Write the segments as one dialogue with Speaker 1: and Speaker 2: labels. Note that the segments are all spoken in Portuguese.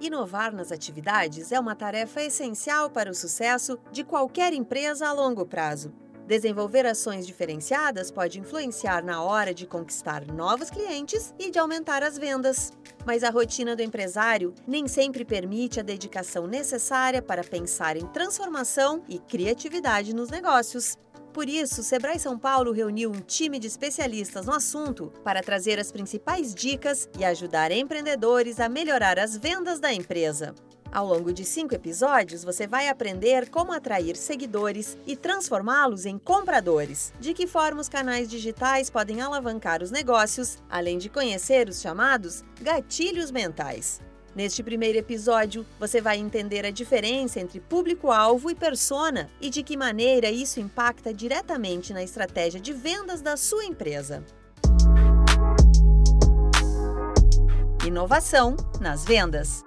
Speaker 1: Inovar nas atividades é uma tarefa essencial para o sucesso de qualquer empresa a longo prazo. Desenvolver ações diferenciadas pode influenciar na hora de conquistar novos clientes e de aumentar as vendas. Mas a rotina do empresário nem sempre permite a dedicação necessária para pensar em transformação e criatividade nos negócios. Por isso, o Sebrae São Paulo reuniu um time de especialistas no assunto para trazer as principais dicas e ajudar empreendedores a melhorar as vendas da empresa. Ao longo de 5 episódios, você vai aprender como atrair seguidores e transformá-los em compradores, de que forma os canais digitais podem alavancar os negócios, além de conhecer os chamados gatilhos mentais. Neste primeiro episódio, você vai entender a diferença entre público-alvo e persona e de que maneira isso impacta diretamente na estratégia de vendas da sua empresa. Inovação nas vendas.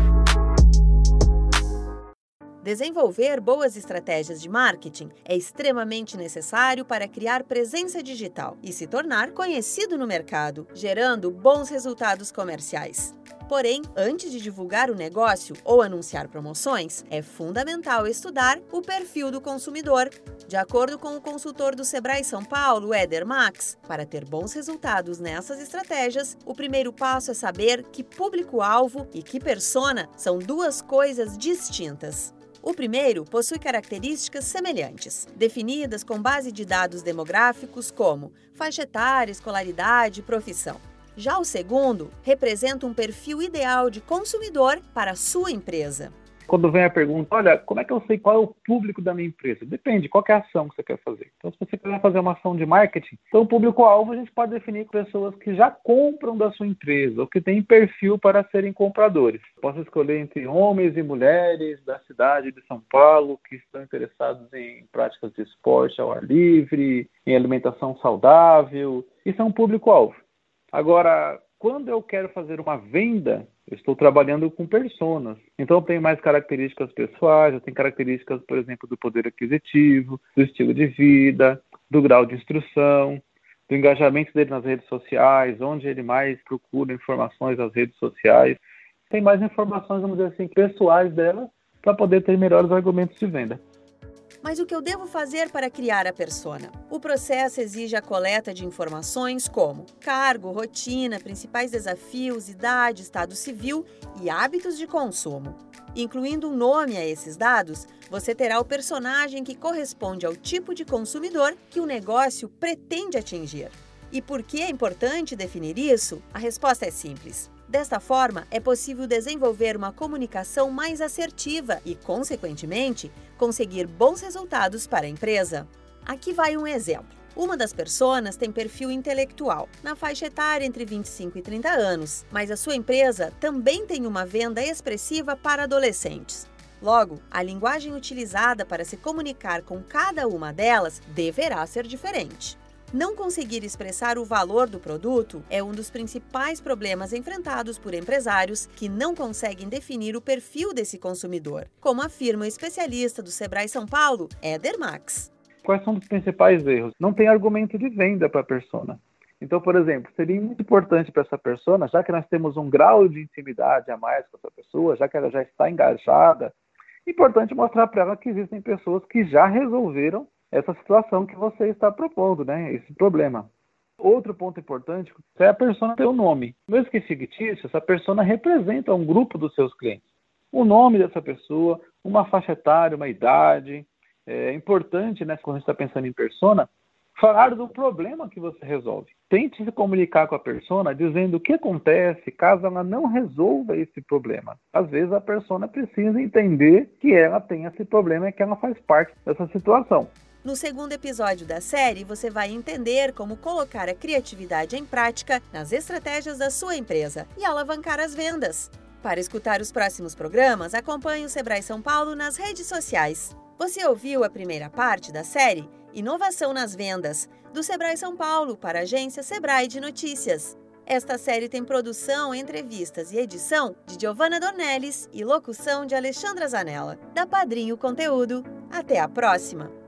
Speaker 1: Desenvolver boas estratégias de marketing é extremamente necessário para criar presença digital e se tornar conhecido no mercado, gerando bons resultados comerciais. Porém, antes de divulgar o negócio ou anunciar promoções, é fundamental estudar o perfil do consumidor. De acordo com o consultor do Sebrae São Paulo, Éder Max, para ter bons resultados nessas estratégias, o primeiro passo é saber que público-alvo e que persona são duas coisas distintas. O primeiro possui características semelhantes, definidas com base de dados demográficos como faixa etária, escolaridade e profissão. Já o segundo representa um perfil ideal de consumidor para a sua empresa.
Speaker 2: Quando vem a pergunta, olha, como é que eu sei qual é o público da minha empresa? Depende, qual que é a ação que você quer fazer. Então, se você quer fazer uma ação de marketing, então o público-alvo a gente pode definir com pessoas que já compram da sua empresa ou que têm perfil para serem compradores. Posso escolher entre homens e mulheres da cidade de São Paulo que estão interessados em práticas de esporte ao ar livre, em alimentação saudável. Isso é um público-alvo. Agora, quando eu quero fazer uma venda, eu estou trabalhando com personas. Então, eu tenho mais características pessoais, eu tenho características, por exemplo, do poder aquisitivo, do estilo de vida, do grau de instrução, do engajamento dele nas redes sociais, onde ele mais procura informações nas redes sociais. Tem mais informações, vamos dizer assim, pessoais dela, para poder ter melhores argumentos de venda.
Speaker 1: Mas o que eu devo fazer para criar a persona? O processo exige a coleta de informações como cargo, rotina, principais desafios, idade, estado civil e hábitos de consumo. Incluindo um nome a esses dados, você terá o personagem que corresponde ao tipo de consumidor que o negócio pretende atingir. E por que é importante definir isso? A resposta é simples. Desta forma, é possível desenvolver uma comunicação mais assertiva e, consequentemente, conseguir bons resultados para a empresa. Aqui vai um exemplo. Uma das personas tem perfil intelectual, na faixa etária entre 25 e 30 anos, mas a sua empresa também tem uma venda expressiva para adolescentes. Logo, a linguagem utilizada para se comunicar com cada uma delas deverá ser diferente. Não conseguir expressar o valor do produto é um dos principais problemas enfrentados por empresários que não conseguem definir o perfil desse consumidor, como afirma o especialista do Sebrae São Paulo, Éder Max.
Speaker 2: Quais são os principais erros? Não tem argumento de venda para a persona. Então, por exemplo, seria muito importante para essa persona, já que nós temos um grau de intimidade a mais com essa pessoa, já que ela já está engajada, importante mostrar para ela que existem pessoas que já resolveram essa situação que você está propondo, né? Esse problema. Outro ponto importante é a persona ter um nome. Mesmo que fictício, essa persona representa um grupo dos seus clientes. O nome dessa pessoa, uma faixa etária, uma idade. É importante, né, quando a gente está pensando em persona, falar do problema que você resolve. Tente se comunicar com a persona dizendo o que acontece caso ela não resolva esse problema. Às vezes a persona precisa entender que ela tem esse problema e que ela faz parte dessa situação.
Speaker 1: No segundo episódio da série, você vai entender como colocar a criatividade em prática nas estratégias da sua empresa e alavancar as vendas. Para escutar os próximos programas, acompanhe o Sebrae São Paulo nas redes sociais. Você ouviu a primeira parte da série Inovação nas Vendas, do Sebrae São Paulo para a agência Sebrae de Notícias. Esta série tem produção, entrevistas e edição de Giovanna Dornelles e locução de Alexandra Zanella, da Padrinho Conteúdo. Até a próxima!